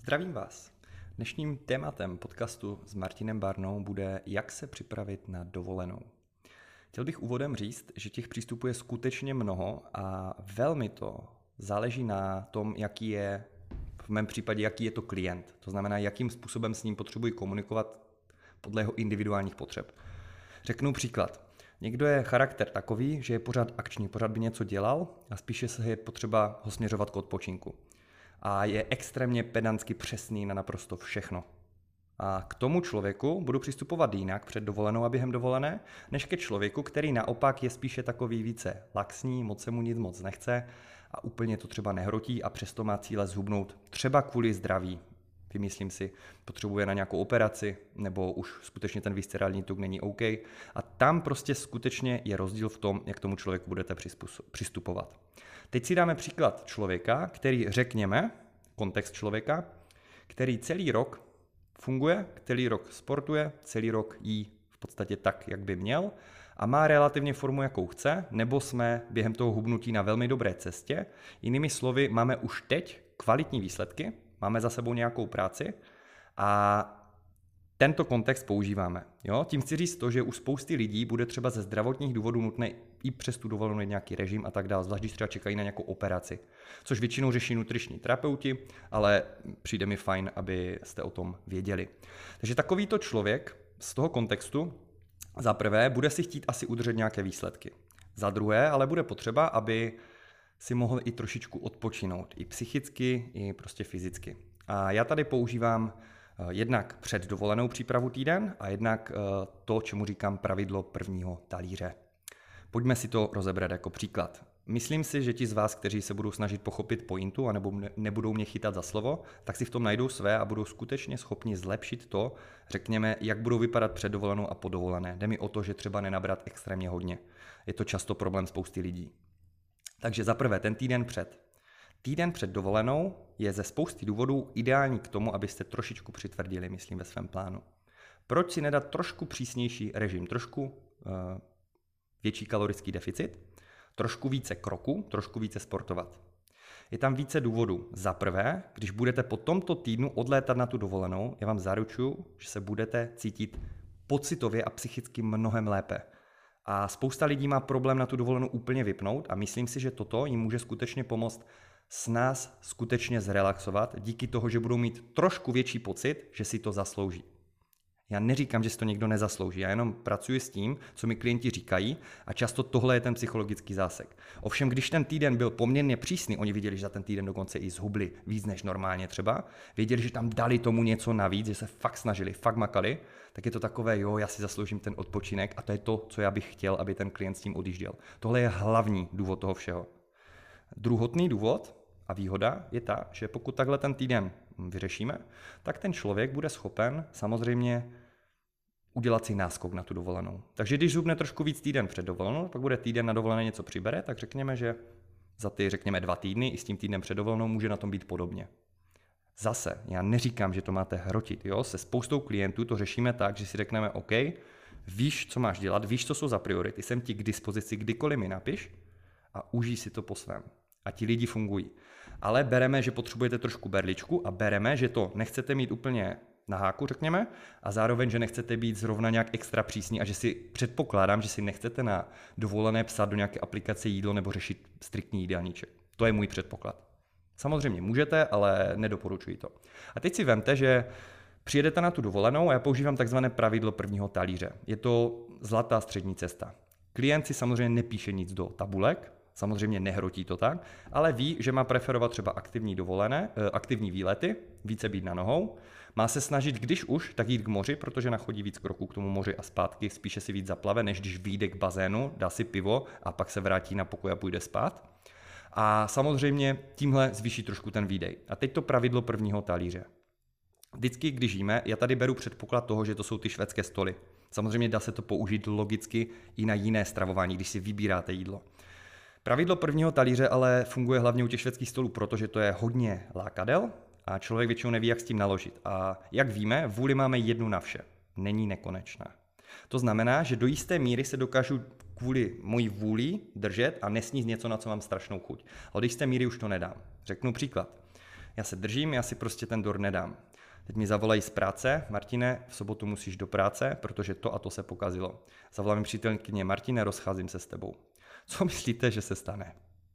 Zdravím vás. Dnešním tématem podcastu s Martinem Barnou bude, jak se připravit na dovolenou. Chtěl bych úvodem říct, že těch přístupů je skutečně mnoho a velmi to záleží na tom, jaký je, v mém případě, jaký je to klient. To znamená, jakým způsobem s ním potřebuji komunikovat podle jeho individuálních potřeb. Řeknu příklad. Někdo je charakter takový, že je pořád akční, pořád by něco dělal a spíše se je potřeba ho směřovat k odpočinku. A je extrémně pedantsky přesný na naprosto všechno. A k tomu člověku budu přistupovat jinak před dovolenou a během dovolené, než ke člověku, který naopak je spíše takový více laxní, moc se mu nic moc nechce a úplně to třeba nehrotí a přesto má cíle zhubnout třeba kvůli zdraví. Vymyslím si, potřebuje na nějakou operaci, nebo už skutečně ten viscerální tuk není OK. A tam prostě skutečně je rozdíl v tom, jak tomu člověku budete přistupovat. Teď si dáme příklad člověka, který řekněme, kontext člověka, který celý rok funguje, celý rok sportuje, celý rok jí v podstatě tak, jak by měl a má relativně formu, jakou chce, nebo jsme během toho hubnutí na velmi dobré cestě. Jinými slovy, máme už teď kvalitní výsledky, máme za sebou nějakou práci a tento kontext používáme. Jo? Tím chci říct to, že u spousty lidí bude třeba ze zdravotních důvodů nutné i přes tu dovolenou nějaký režim a tak dále, zvlášť když třeba čekají na nějakou operaci, což většinou řeší nutriční terapeuti, ale přijde mi fajn, abyste o tom věděli. Takže takovýto člověk z toho kontextu za prvé bude si chtít asi udržet nějaké výsledky. Za druhé ale bude potřeba, aby si mohl i trošičku odpočinout, i psychicky, i prostě fyzicky. A já tady používám jednak před dovolenou přípravu týden a jednak to, čemu říkám pravidlo prvního talíře. Pojďme si to rozebrat jako příklad. Myslím si, že ti z vás, kteří se budou snažit pochopit pointu a nebo nebudou mě chytat za slovo, tak si v tom najdou své a budou skutečně schopni zlepšit to, řekněme, jak budou vypadat před dovolenou a po dovolené. Jde mi o to, že třeba nenabrat extrémně hodně. Je to často problém spousty lidí. Takže za prvé ten týden před. Týden před dovolenou je ze spousty důvodů ideální k tomu, abyste trošičku přitvrdili, myslím, ve svém plánu. Proč si nedat trošku přísnější režim, trošku větší kalorický deficit, trošku více kroků, trošku více sportovat? Je tam více důvodů. Za prvé, když budete po tomto týdnu odlétat na tu dovolenou, já vám zaručuju, že se budete cítit pocitově a psychicky mnohem lépe. A spousta lidí má problém na tu dovolenou úplně vypnout a myslím si, že toto jim může skutečně pomoct s nás skutečně zrelaxovat díky toho, že budou mít trošku větší pocit, že si to zaslouží. Já neříkám, že si to někdo nezaslouží, já jenom pracuji s tím, co mi klienti říkají a často tohle je ten psychologický zásek. Ovšem, když ten týden byl poměrně přísný, oni viděli, že za ten týden dokonce i zhubli víc než normálně třeba, věděli, že tam dali tomu něco navíc, že se fakt snažili, fakt makali, tak je to takové, jo, já si zasloužím ten odpočinek a to je to, co já bych chtěl, aby ten klient s tím odjížděl. Tohle je hlavní důvod toho všeho. Druhotný důvod a výhoda je ta, že pokud takhle ten týden vyřešíme, tak ten člověk bude schopen samozřejmě udělat si náskok na tu dovolenou. Takže když zhubne trošku víc týden před dovolenou, pak bude týden na dovolené něco přibere, tak řekněme, že za ty, řekněme, 2 týdny i s tím týdnem před dovolenou může na tom být podobně. Zase, já neříkám, že to máte hrotit, jo? Se spoustou klientů to řešíme tak, že si řekneme, OK, víš, co máš dělat, víš, co jsou za priority, jsem ti k dispozici, kdykoliv mi napiš a užij si to po svém. A ti lidi fungují. Ale bereme, že potřebujete trošku berličku a bereme, že to nechcete mít úplně na háku, řekněme, a zároveň, že nechcete být zrovna nějak extra přísní a že si předpokládám, že si nechcete na dovolené psát do nějaké aplikace jídlo nebo řešit striktní jídelníček. To je můj předpoklad. Samozřejmě můžete, ale nedoporučuji to. A teď si vemte, že přijedete na tu dovolenou a já používám takzvané pravidlo prvního talíře. Je to zlatá střední cesta. Klient si samozřejmě nepíše nic do tabulek, samozřejmě nehrotí to tak, ale ví, že má preferovat třeba aktivní výlety, více být na nohou, má se snažit, když už, tak jít k moři, protože nachodí víc kroků k tomu moři a zpátky, spíše si víc zaplave, než když vyjde k bazénu, dá si pivo a pak se vrátí na pokoj a půjde spát. A samozřejmě tímhle zvýší trošku ten výdej. A teď to pravidlo prvního talíře. Vždycky, když jíme, já tady beru předpoklad toho, že to jsou ty švédské stoly. Samozřejmě dá se to použít logicky i na jiné stravování, když si vybíráte jídlo. Pravidlo prvního talíře ale funguje hlavně u těch švédských stolů, protože to je hodně lákadel a člověk většinou neví, jak s tím naložit. A jak víme, vůli máme jednu na vše. Není nekonečná. To znamená, že do jisté míry se dokážu kvůli mojí vůli držet a nesníst něco, na co mám strašnou chuť. Ale do jisté míry už to nedám. Řeknu příklad. Já se držím, já si prostě ten dort nedám. Teď mi zavolají z práce, Martine, v sobotu musíš do práce, protože to a to se pokazilo. Zavolá mi přítelkyně, Martine, rozcházím se s tebou. Co myslíte, že se stane?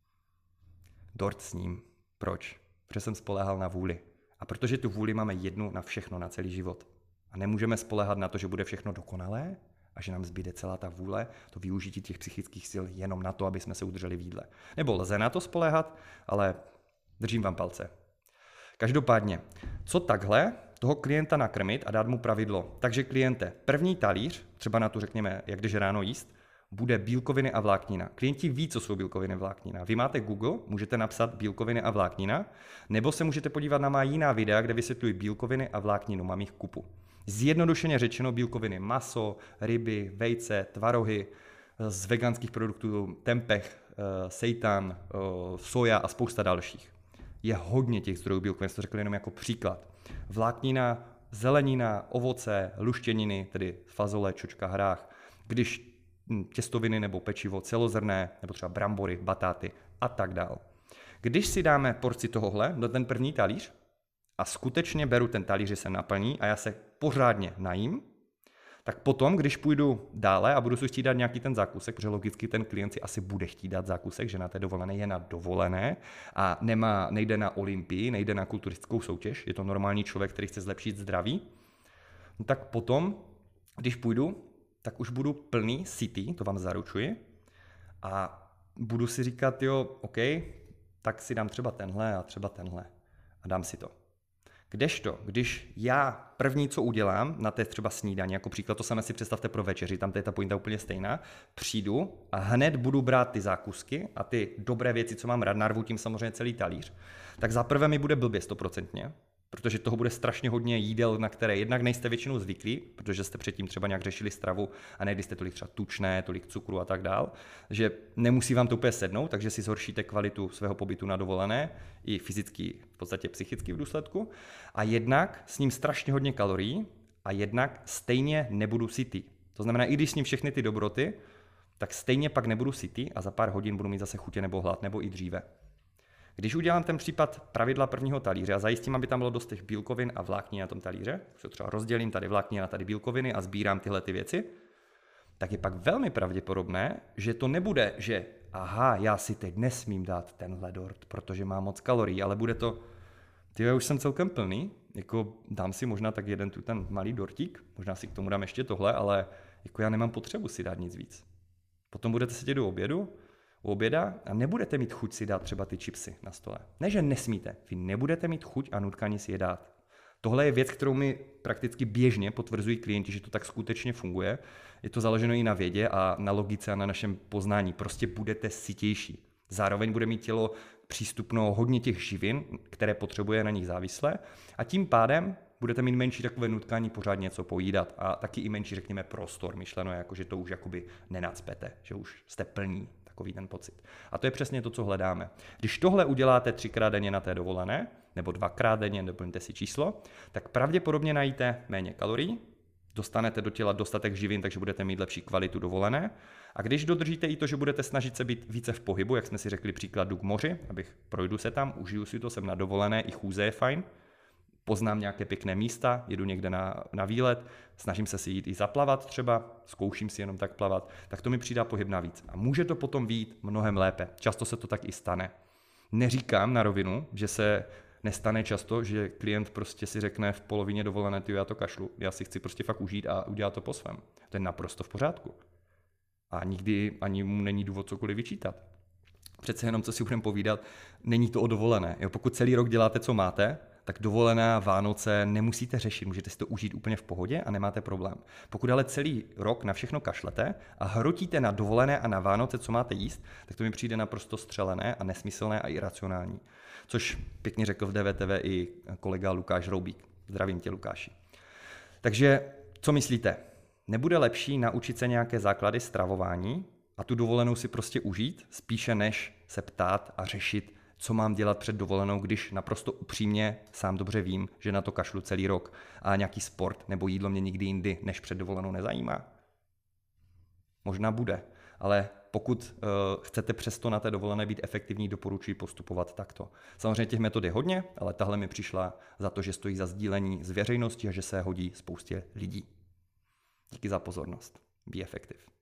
Dort s ním. Proč? Protože jsem spoléhal na vůli. A protože tu vůli máme jednu na všechno, na celý život. A nemůžeme spoléhat na to, že bude všechno dokonalé a že nám zbyde celá ta vůle, to využití těch psychických sil jenom na to, aby jsme se udrželi v jídle. Nebo lze na to spoléhat, ale držím vám palce. Každopádně, co takhle toho klienta nakrmit a dát mu pravidlo? Takže kliente, první talíř, třeba na to řekněme, jak jdeš ráno jíst, bude bílkoviny a vláknina. Klienti ví, co jsou bílkoviny a vláknina. Vy máte Google, můžete napsat bílkoviny a vláknina, nebo se můžete podívat na má jiná videa, kde vysvětluji bílkoviny a vlákninu, mám jich kupu. Zjednodušeně řečeno bílkoviny maso, ryby, vejce, tvarohy, z veganských produktů tempeh, seitan, soja a spousta dalších. Je hodně těch zdrojů bílkovin, to řekl jenom jako příklad. Vláknina, zelenina, ovoce, luštěniny, tedy fazole, čočka, hrách, když těstoviny nebo pečivo celozrnné, nebo třeba brambory, batáty a tak dál. Když si dáme porci tohohle do ten první talíř a skutečně beru ten talíř, že se naplní a já se pořádně najím, tak potom, když půjdu dále a budu si chtít dát nějaký ten zákusek, protože logicky ten klient si asi bude chtít dát zákusek, že na té dovolené je na dovolené a nejde na olympii, nejde na kulturistickou soutěž, je to normální člověk, který chce zlepšit zdraví, no tak potom, když půjdu, tak už budu plný, sytý, to vám zaručuji, a budu si říkat, jo, OK, tak si dám třeba tenhle a dám si to. Kdežto, když já první, co udělám na té třeba snídani, jako příklad, to samé si představte pro večeři, tam je ta pointa úplně stejná, přijdu a hned budu brát ty zákusky a ty dobré věci, co mám rád, narvu tím samozřejmě celý talíř, tak za prvé mi bude blbě 100%, protože toho bude strašně hodně jídel, na které jednak nejste většinou zvyklí, protože jste předtím třeba nějak řešili stravu a nejedli jste tolik třeba tučné, tolik cukru a tak dál, že nemusí vám to úplně sednout, takže si zhoršíte kvalitu svého pobytu na dovolené, i fyzicky, v podstatě psychicky v důsledku, a jednak s ním strašně hodně kalorií a jednak stejně nebudu sytý. To znamená, i když s ním všechny ty dobroty, tak stejně pak nebudu sytý a za pár hodin budu mít zase chutě nebo hlad, nebo i dříve. Když udělám ten případ pravidla prvního talíře a zajistím, aby tam bylo dost těch bílkovin a vláknin na tom talíře, se třeba rozdělím tady vlákniny a tady bílkoviny a sbírám tyhle ty věci, tak je pak velmi pravděpodobné, že to nebude, že aha, já si teď nesmím dát tenhle dort, protože má moc kalorií, ale bude to, já už jsem celkem plný, jako dám si možná tak jeden tu ten malý dortík, možná si k tomu dám ještě tohle, ale jako já nemám potřebu si dát nic víc. Potom budete sedět u oběda a nebudete mít chuť si dát třeba ty chipsy na stole. Ne, že nesmíte, vy nebudete mít chuť a nutkání si je dát. Tohle je věc, kterou mi prakticky běžně potvrzují klienti, že to tak skutečně funguje. Je to založeno i na vědě a na logice a na našem poznání. Prostě budete sytější. Zároveň bude mít tělo přístupno hodně těch živin, které potřebuje, na nich závislé, a tím pádem budete mít menší takové nutkání pořád něco pojídat a taky i menší, řekněme, prostor, myšleno jako, že to už jakoby nenácpete, že už jste plní. Takový ten pocit. A to je přesně to, co hledáme. Když tohle uděláte 3krát denně na té dovolené, nebo 2krát denně, doplňte si číslo, tak pravděpodobně najíte méně kalorií, dostanete do těla dostatek živin, takže budete mít lepší kvalitu dovolené. A když dodržíte i to, že budete snažit se být více v pohybu, jak jsme si řekli příklad, jdu k moři, projdu se tam, užiju si to, jsem na dovolené, i chůze je fajn, poznám nějaké pěkné místa, jedu někde na výlet, snažím se si jít i zaplavat třeba, zkouším si jenom tak plavat, tak to mi přidá pohyb navíc. A může to potom vyjít mnohem lépe. Často se to tak i stane. Neříkám na rovinu, že se nestane často, že klient prostě si řekne v polovině dovolené, já to kašlu, já si chci prostě fakt užít a udělat to po svém. To je naprosto v pořádku. A nikdy ani mu není důvod cokoliv vyčítat. Přece jenom, co si budeme povídat, není to o dovolené. Pokud celý rok děláte, co máte, tak dovolená, Vánoce nemusíte řešit, můžete si to užít úplně v pohodě a nemáte problém. Pokud ale celý rok na všechno kašlete a hrotíte na dovolené a na Vánoce, co máte jíst, tak to mi přijde naprosto střelené a nesmyslné a iracionální. Což pěkně řekl v DVTV i kolega Lukáš Roubík. Zdravím tě, Lukáši. Takže co myslíte? Nebude lepší naučit se nějaké základy stravování a tu dovolenou si prostě užít, spíše než se ptát a řešit, co mám dělat před dovolenou, když naprosto upřímně sám dobře vím, že na to kašlu celý rok a nějaký sport nebo jídlo mě nikdy jindy než před dovolenou nezajímá? Možná bude, ale pokud chcete přesto na té dovolené být efektivní, doporučuji postupovat takto. Samozřejmě těch metod je hodně, ale tahle mi přišla za to, že stojí za sdílení z veřejnosti a že se hodí spoustě lidí. Díky za pozornost. Be effective.